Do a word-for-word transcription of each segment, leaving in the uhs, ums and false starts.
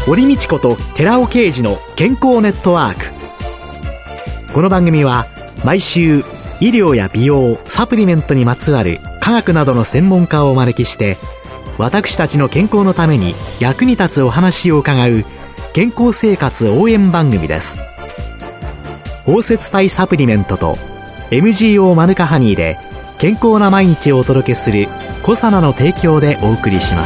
堀道子と寺尾啓二の健康ネットワーク。この番組は毎週医療や美容、サプリメントにまつわる科学などの専門家をお招きして、私たちの健康のために役に立つお話を伺う健康生活応援番組です。包摂体サプリメントと エムジーオー マヌカハニーで健康な毎日をお届けするコサナの提供でお送りします。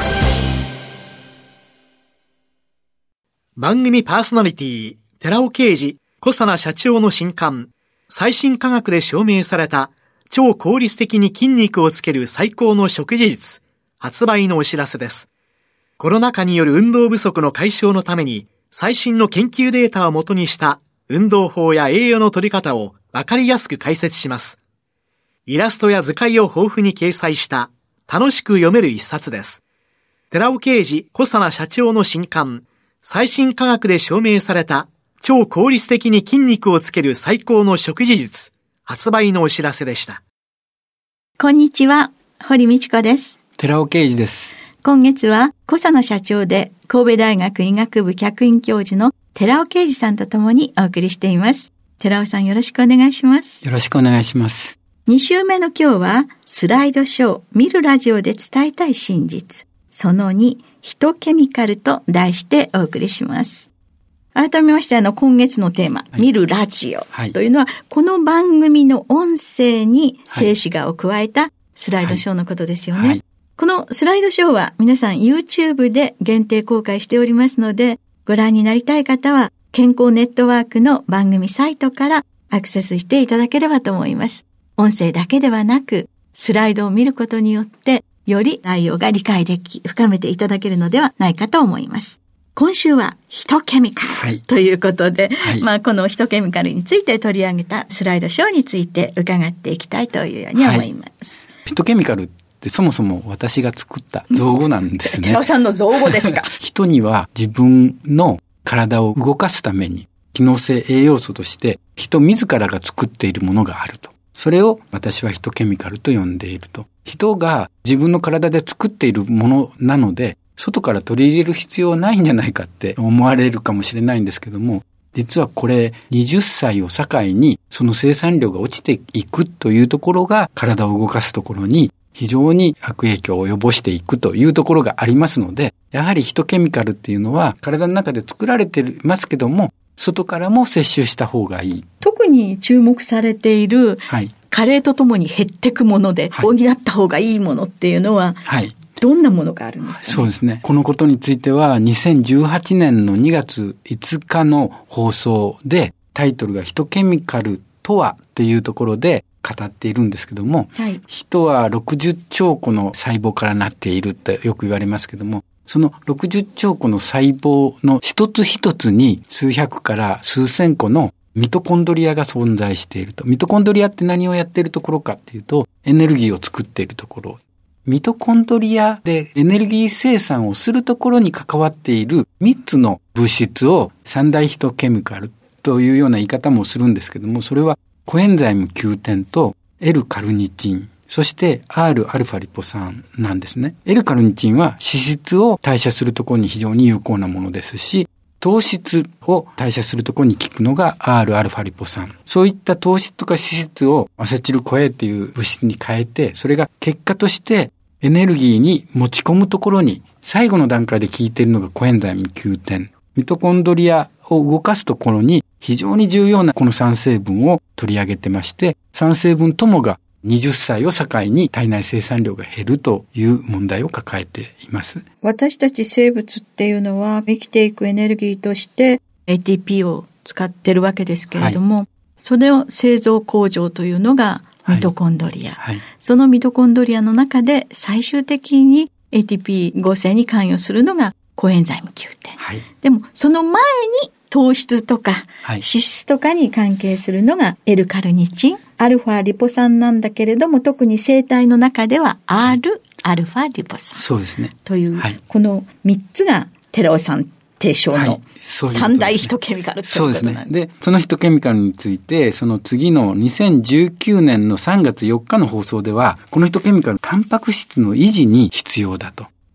番組パーソナリティ寺尾啓二、コサナ社長の新刊、最新科学で証明された超効率的に筋肉をつける最高の食事術発売のお知らせです。コロナ禍による運動不足の解消のために最新の研究データをもとにした運動法や栄養の取り方をわかりやすく解説します。イラストや図解を豊富に掲載した楽しく読める一冊です。寺尾啓二、コサナ社長の新刊、最新科学で証明された超効率的に筋肉をつける最高の食事術発売のお知らせでした。 こんにちは、堀道子です。 寺尾啓二です。 今月はコサナ社長で神戸大学医学部客員教授の寺尾啓二さんとともにお送りしています。寺尾さん、よろしくお願いします。 よろしくお願いします。 に週目の今日はスライドショー見るラジオで伝えたい真実そのにヒトケミカルと題してお送りします。改めましてあの今月のテーマ、はい、見るラジオというのは、はい、この番組の音声に静止画を加えたスライドショーのことですよね。はいはい、このスライドショーは皆さん YouTube で限定公開しておりますので、ご覧になりたい方は健康ネットワークの番組サイトからアクセスしていただければと思います。音声だけではなくスライドを見ることによってより内容が理解でき深めていただけるのではないかと思います。今週はヒトケミカル、はい、ということで、はい、まあこのヒトケミカルについて取り上げたスライドショーについて伺っていきたいというように思います。 はい、ヒトケミカルってそもそも私が作った造語なんですね。 寺尾さんの造語ですか？ 人には自分の体を動かすために機能性栄養素として人自らが作っているものがあると。それを私はヒトケミカルと呼んでいると。人が自分の体で作っているものなので、外から取り入れる必要はないんじゃないかって思われるかもしれないんですけども、実はこれはたちを境にその生産量が落ちていくというところが体を動かすところに非常に悪影響を及ぼしていくというところがありますので、やはりヒトケミカルっていうのは体の中で作られていますけども、外からも摂取した方がいい。 特に注目されている、はい、加齢とともに減っていくもので、はい、補った方がいいものっていうのは、はい、どんなものがあるんですかね？ そうですね。このことについてはにせんじゅうはちねんのにがついつかの放送でタイトルがヒトケミカルとはというところで語っているんですけども、はい、人はろくじゅっちょうこの細胞からなっているってよく言われますけども、そのろくじゅっちょうこの細胞の一つ一つに数百から数千個のミトコンドリアが存在していると。ミトコンドリアって何をやっているところかっていうと、エネルギーを作っているところ。ミトコンドリアでエネルギー生産をするところに関わっているみっつの物質を三大ヒトケミカルというような言い方もするんですけども、それはコエンザイム キューテン と L カルニチン、そして Rα リポ酸なんですね。L カルニチンは脂質を代謝するところに非常に有効なものですし、糖質を代謝するところに効くのが Rα リポ酸。そういった糖質とか脂質をアセチルコエっていう物質に変えて、それが結果としてエネルギーに持ち込むところに最後の段階で効いているのがコエンザイム キューテン。ミトコンドリアを動かすところに非常に重要なこのさん成分を取り上げてまして、さん成分ともがはたちを境に体内生産量が減るという問題を抱えています。 私たち生物っていうのは生きていくエネルギーとして エーティーピー を使ってるわけですけれども、はい、それを製造工場というのがミトコンドリア、はいはい、そのミトコンドリアの中で最終的に エーティーピー 合成に関与するのがコエンザイム キューテン、はい、でもその前に糖質とか脂質とかに関係するのが L カルニチン、アルファリポ酸なんだけれども、特に生体の中では R アルファリポ酸、 そうですね、 という、 はい、 このみっつが寺尾さん提唱の三大ヒトケミカルということなんです。 そうですね。で、そのヒトケミカルについて、その次のにせんじゅうきゅうねんのさんがつよっかの放送では、このヒトケミカル、タンパク質の維持に必要だと。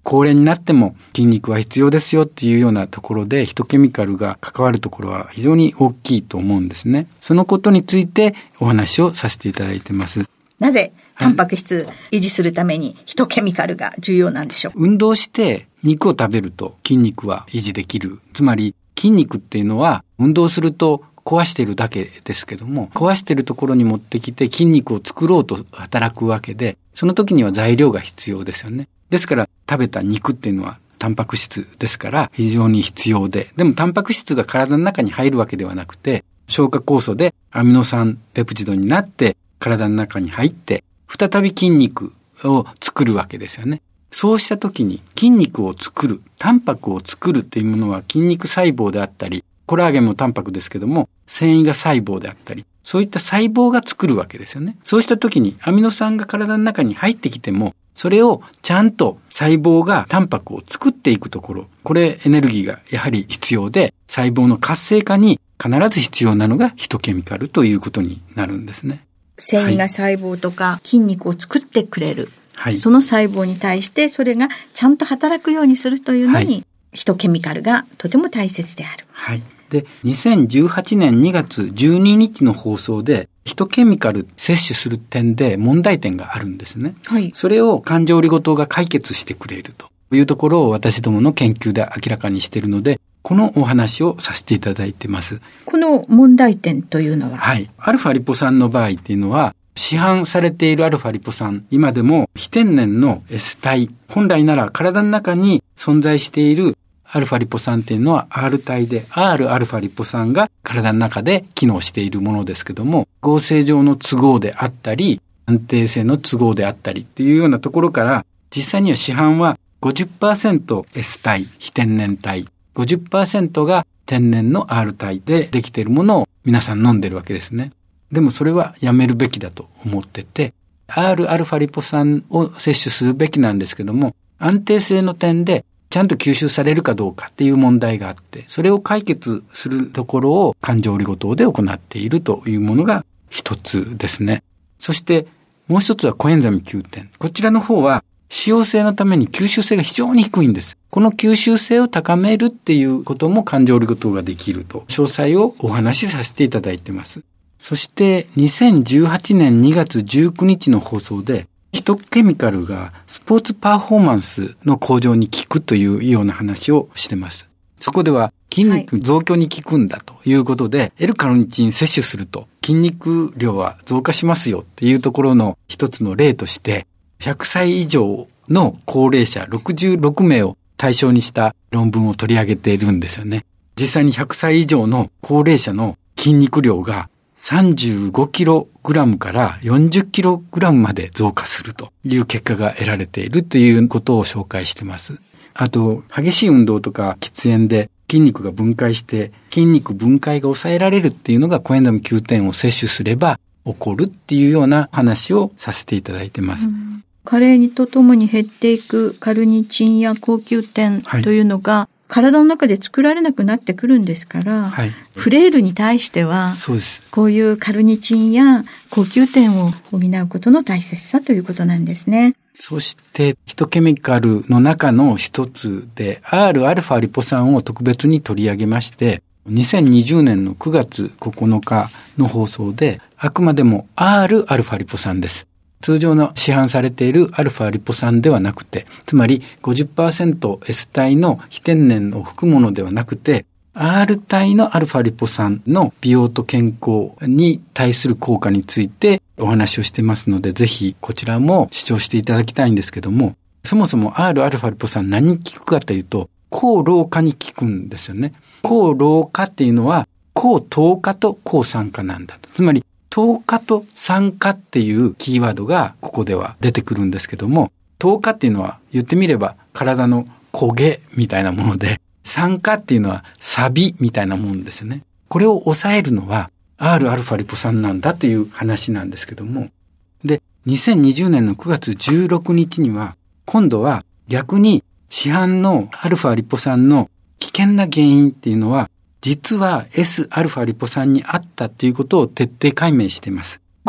高齢になっても筋肉は必要ですよっていうようなところで、ヒトケミカルが関わるところは非常に大きいと思うんですね。そのことについてお話をさせていただいてます。 なぜタンパク質維持するためにヒトケミカルが重要なんでしょう。 運動して肉を食べると筋肉は維持できる。つまり筋肉っていうのは運動すると壊してるだけですけども、壊してるところに持ってきて筋肉を作ろうと働くわけで、その時には材料が必要ですよね。ですから食べた肉っていうのはタンパク質ですから非常に必要で、でもタンパク質が体の中に入るわけではなくて、消化酵素でアミノ酸ペプチドになって体の中に入って再び筋肉を作るわけですよね。そうした時に筋肉を作る、タンパクを作るっていうものは筋肉細胞であったり、コラーゲンもタンパクですけども、繊維が細胞であったり、そういった細胞が作るわけですよね。そうした時にアミノ酸が体の中に入ってきても、それをちゃんと細胞がタンパクを作っていくところ、これエネルギーがやはり必要で、細胞の活性化に必ず必要なのがヒトケミカルということになるんですね。 繊維が細胞とか筋肉を作ってくれる。 はい、 その細胞に対してそれがちゃんと働くようにするというのに、はい、ヒトケミカルがとても大切である。 はい。で、にせんじゅうはちねんにがつじゅうににちの放送で、ヒトケミカル摂取する点で問題点があるんですね。はい。それを環状オリゴ糖が解決してくれるというところを私どもの研究で明らかにしているので、このお話をさせていただいています。 この問題点というのは？ はい。アルファリポ酸の場合っていうのは、市販されているアルファリポ酸、今でも非天然の S 体、本来なら体の中に存在しているアルファリポ酸っていうのは R 体で、R アルファリポ酸が体の中で機能しているものですけども、合成上の都合であったり、安定性の都合であったりっていうようなところから、実際には市販は ごじゅっパーセント S 体、非天然体、ごじゅっパーセント が天然の R 体でできているものを皆さん飲んでるわけですね。でもそれはやめるべきだと思ってて、R アルファリポ酸を摂取するべきなんですけども、安定性の点でちゃんと吸収されるかどうかっていう問題があって、それを解決するところを環状オリゴ糖で行っているというものが一つですね。そしてもう一つはコエンザミ キューテン。こちらの方は使用性のために吸収性が非常に低いんです。この吸収性を高めるっていうことも環状オリゴ糖ができると、詳細をお話しさせていただいています。そしてにせんじゅうはちねんにがつじゅうくにちの放送で、ヒトケミカルがスポーツパフォーマンスの向上に効くというような話をしています。そこでは筋肉増強に効くんだということで、はい、L カルニチン摂取すると筋肉量は増加しますよというところの一つの例として、ひゃくさい以上の高齢者ろくじゅうろくめいを対象にした論文を取り上げているんですよね。実際にひゃくさい以上の高齢者の筋肉量がさんじゅうごキログラムからよんじゅっキログラムまで増加するという結果が得られているということを紹介しています。あと、激しい運動とか喫煙で筋肉が分解して筋肉分解が抑えられるっていうのがコエンザミ キューテンを摂取すれば起こるっていうような話をさせていただいています。うん、 加齢にとともに減っていくカルニチンや高級点というのが、はい、体の中で作られなくなってくるんですから、はい、フレイルに対しては、そうです。こういうカルニチンや高級点を補うことの大切さということなんですね。 そして、ヒトケミカルの中の一つで、R アルファリポ酸を特別に取り上げまして、にせんにじゅうねんのくがつここのかの放送で、あくまでも R アルファリポ酸です。通常の市販されているアルファリポ酸ではなくて、つまり ごじゅっパーセントエス 体の非天然を含むものではなくて、R 体のアルファリポ酸の美容と健康に対する効果についてお話をしていますので、ぜひこちらも視聴していただきたいんですけども、そもそも R アルファリポ酸何に効くかというと、抗老化に効くんですよね。抗老化っていうのは、抗糖化と抗酸化なんだと。つまり、糖化と酸化っていうキーワードがここでは出てくるんですけども、糖化っていうのは言ってみれば体の焦げみたいなもので、酸化っていうのは錆みたいなもんですね。これを抑えるのは R アルファリポ酸なんだという話なんですけども。で、にせんにじゅうねんのくがつじゅうろくにちには、今度は逆に市販のアルファリポ酸の危険な原因っていうのは、実は S アルファリポ酸にあったっていうことを徹底解明しています。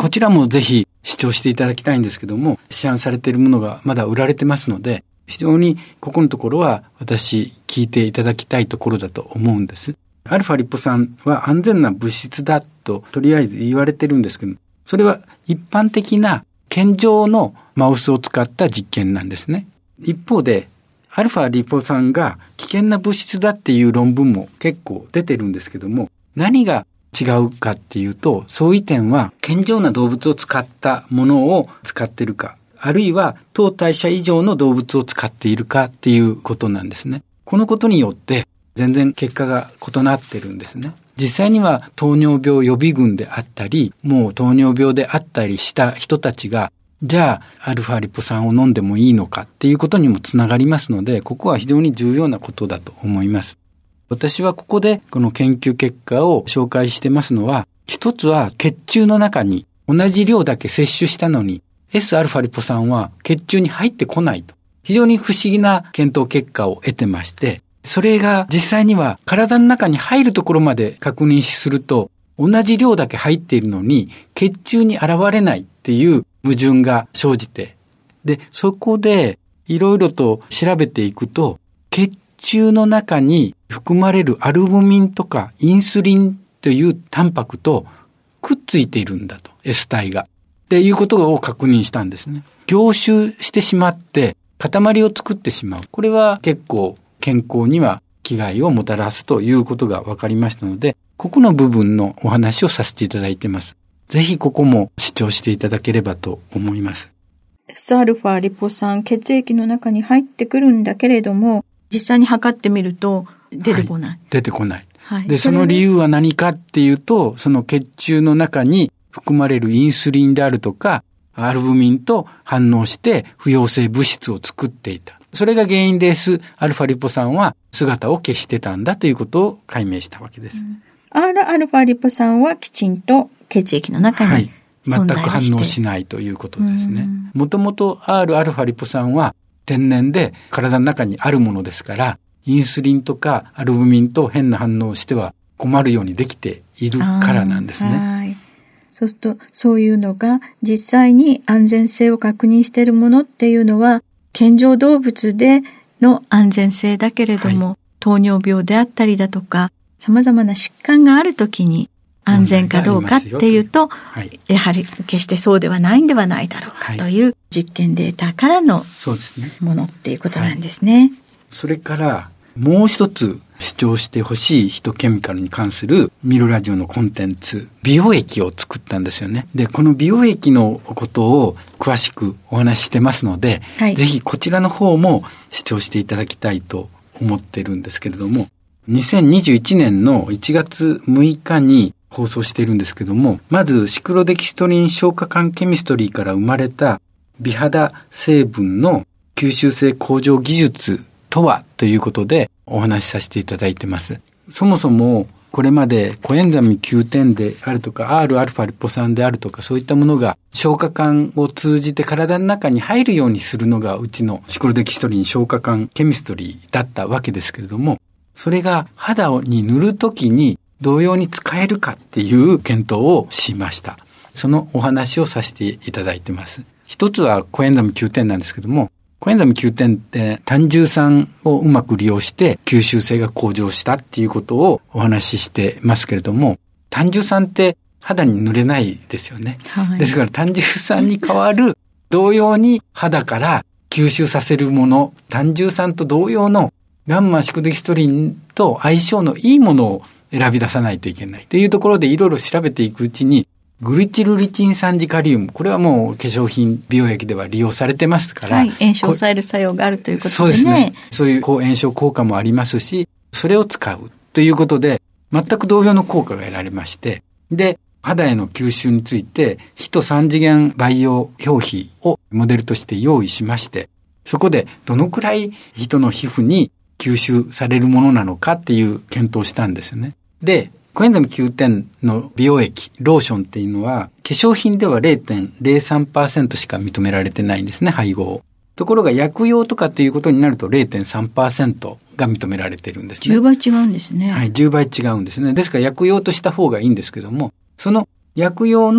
こちらもぜひ視聴していただきたいんですけども、市販されているものがまだ売られてますので、非常にここのところは私聞いていただきたいところだと思うんです。アルファリポ酸は安全な物質だととりあえず言われてるんですけど、それは一般的な健常のマウスを使った実験なんですね。一方でアルファリポ酸が危険な物質だっていう論文も結構出てるんですけども、何が違うかっていうと、相違点は健常な動物を使ったものを使っているか、あるいは当代謝以上の動物を使っているかっていうことなんですね。このことによって全然結果が異なってるんですね。実際には糖尿病予備群であったり、もう糖尿病であったりした人たちが、じゃあアルファリポ酸を飲んでもいいのかっていうことにもつながりますので、ここは非常に重要なことだと思います。私はここでこの研究結果を紹介してますのは、一つは血中の中に同じ量だけ摂取したのに Sα リポ酸は血中に入ってこないと。非常に不思議な検討結果を得てまして、それが実際には体の中に入るところまで確認すると、同じ量だけ入っているのに血中に現れないっていう矛盾が生じて、で、そこでいろいろと調べていくと、血中の中に含まれるアルブミンとかインスリンというタンパクとくっついているんだと、S 体が。っていうことを確認したんですね。凝集してしまって塊を作ってしまう。これは結構健康には危害をもたらすということが分かりましたので、ここの部分のお話をさせていただいています。ぜひここも視聴していただければと思います。 Sα リポ酸、血液の中に入ってくるんだけれども、実際に測ってみると出てこない。はい、 出てこない。はい、で、その理由は何かっていうと、その血中の中に含まれるインスリンであるとか、アルブミンと反応して不溶性物質を作っていた。それが原因です。アルファリポ酸は姿を消してたんだということを解明したわけです。うん、 Rα リポ酸はきちんと血液の中に存在して、はい、全く反応しないということですね。もともと Rα リポ酸は天然で体の中にあるものですから、インスリンとかアルブミンと変な反応をしては困るようにできているからなんですね。 はい。そうすると、そういうのが実際に安全性を確認しているものっていうのは、健常動物での安全性だけれども、はい、糖尿病であったりだとか、様々な疾患があるときに安全かどうかっていうと、はい、やはり決してそうではないんではないだろうかという実験データからのものっていうことなんですね。はい、 それからもう一つ主張してほしいヒトケミカルに関するミルラジオのコンテンツ、美容液を作ったんですよね。で、この美容液のことを詳しくお話ししてますので、はい、ぜひこちらの方も視聴していただきたいと思ってるんですけれども、にせんにじゅういちねんのいちがつむいかに放送しているんですけども、まずシクロデキストリン消化管ケミストリーから生まれた美肌成分の吸収性向上技術とはということでお話しさせていただいてます。そもそもこれまでコエンザミ キューテン であるとか Rα リポ酸であるとかそういったものが消化管を通じて体の中に入るようにするのがうちのシクロデキストリン消化管ケミストリーだったわけですけれども、それが肌に塗るときに同様に使えるかっていう検討をしました。そのお話をさせていただいてます。一つはコエンザミ キューテン なんですけども、コエンザミ キューテン って単重酸をうまく利用して吸収性が向上したっていうことをお話ししてますけれども、単重酸って肌に塗れないですよね。はい、ですから単重酸に代わる同様に肌から吸収させるもの、単重酸と同様のガンマシクデキストリンと相性のいいものを選び出さないといけないっていうところでいろいろ調べていくうちに、グリチルリチン酸ジカリウム、これはもう化粧品美容液では利用されてますから、はい、 炎症を抑える作用があるということでね。 そうですね。そういう抗炎症効果もありますし、それを使うということで全く同様の効果が得られまして、で肌への吸収についてヒトさん次元培養表皮をモデルとして用意しまして、そこでどのくらい人の皮膚に吸収されるものなのかっていう検討をしたんですよね。でコエンザミ キューテン の美容液、ローションっていうのは、化粧品では ゼロテンゼロさんパーセント しか認められてないんですね、配合。ところが薬用とかっていうことになると ゼロテンさんパーセント が認められてるんですね。 じゅうばい違うんですね。 はい、じゅうばい違うんですね。ですから薬用とした方がいいんですけども、その薬用の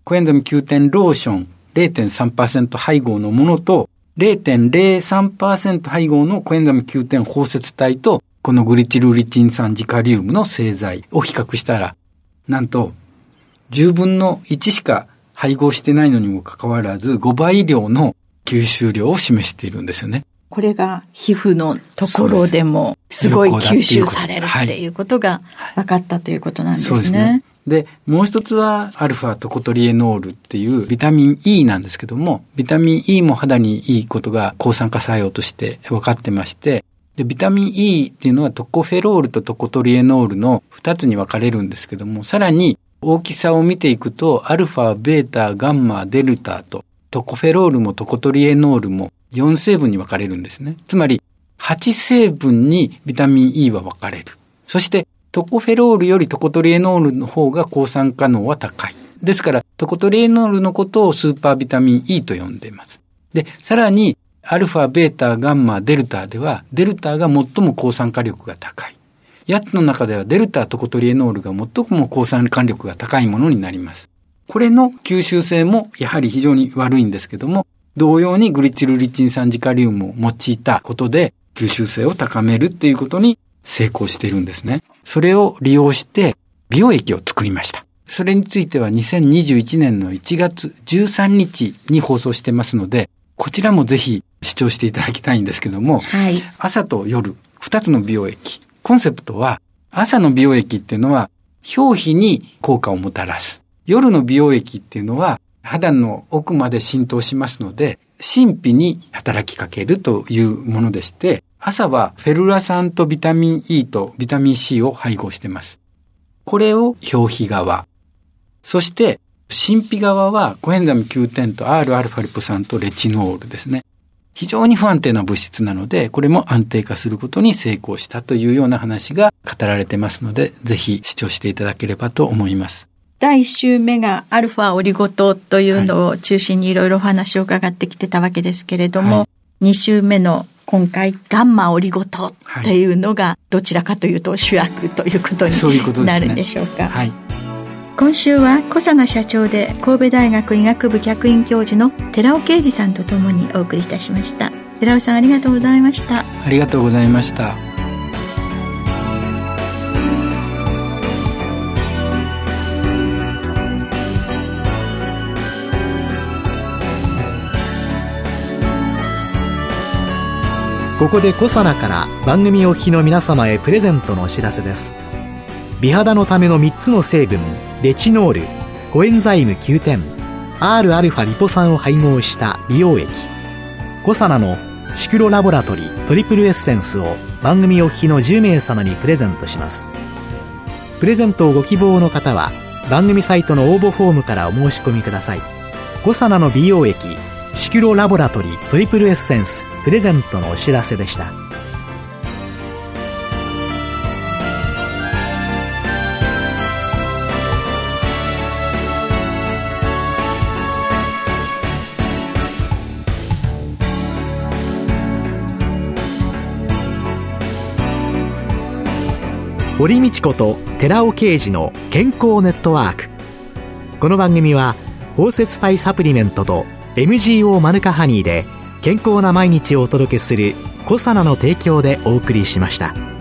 コエンザイム キューテン ローション れいてんさんパーセント 配合のものと れいてんれいさんパーセント 配合のコエンザイム キューテン 包摂体とこのグリチルリチン酸ジカリウムの製剤を比較したら、なんとじゅうぶんのいちしか配合してないのにもかかわらずごばい量の吸収量を示しているんですよね。 これが皮膚のところでもすごい吸収されるっていうことが分かったということなんですね。そうですね。 で、もう一つはアルファトコトリエノールっていうビタミン E なんですけども、ビタミン E も肌にいいことが抗酸化作用として分かってまして、で、ビタミン E っていうのはトコフェロールとトコトリエノールの二つに分かれるんですけども、さらに大きさを見ていくと、アルファ、ベータ、ガンマ、デルタと、トコフェロールもトコトリエノールもよん成分に分かれるんですね。つまり、はち成分にビタミン E は分かれる。そして、トコフェロールよりトコトリエノールの方が抗酸化能は高い。ですから、トコトリエノールのことをスーパービタミン E と呼んでいます。で、さらに、アルファ、ベータ、ガンマ、デルタでは、デルタが最も抗酸化力が高い。やつの中ではデルタトコトリエノールが最も抗酸化力が高いものになります。これの吸収性もやはり非常に悪いんですけども、同様にグリチルリチン酸ジカリウムを用いたことで吸収性を高めるっていうことに成功しているんですね。それを利用して美容液を作りました。それについてはにせんにじゅういちねんのいちがつじゅうさんにちに放送してますので、こちらもぜひ視聴していただきたいんですけども、はい、朝と夜ふたつの美容液。コンセプトは朝の美容液っていうのは表皮に効果をもたらす。夜の美容液っていうのは肌の奥まで浸透しますので、真皮に働きかけるというものでして、朝はフェルラ酸とビタミン E とビタミン C を配合しています。これを表皮側。そして真皮側はコエンザイム キューテン と Rα リポ酸とレチノールですね。非常に不安定な物質なので、これも安定化することに成功したというような話が語られてますので、ぜひ視聴していただければと思います。 だいいっ週目がアルファオリゴ糖というのを中心にいろいろお話を伺ってきてたわけですけれども、はい、に週目の今回ガンマオリゴ糖っていうのがどちらかというと主役ということになるんでしょうか。はい、今週は小佐奈社長で神戸大学医学部客員教授の寺尾啓二さんとともにお送りいたしました。寺尾さん、ありがとうございました。 ありがとうございました。 ここでコサナから番組お聞きの皆様へプレゼントのお知らせです。美肌のためのみっつの成分、レチノール、コエンザイム キューテン、Rα リポ酸を配合した美容液、コサナのシクロラボラトリトリプルエッセンスを番組お聞きのじゅうめいさまにプレゼントします。プレゼントをご希望の方は番組サイトの応募フォームからお申し込みください。コサナの美容液シクロラボラトリトリプルエッセンスプレゼントのお知らせでした。堀道子と寺尾啓二の健康ネットワーク。この番組は包摂体サプリメントと エムジーオー マヌカハニーで健康な毎日をお届けするコサナの提供でお送りしました。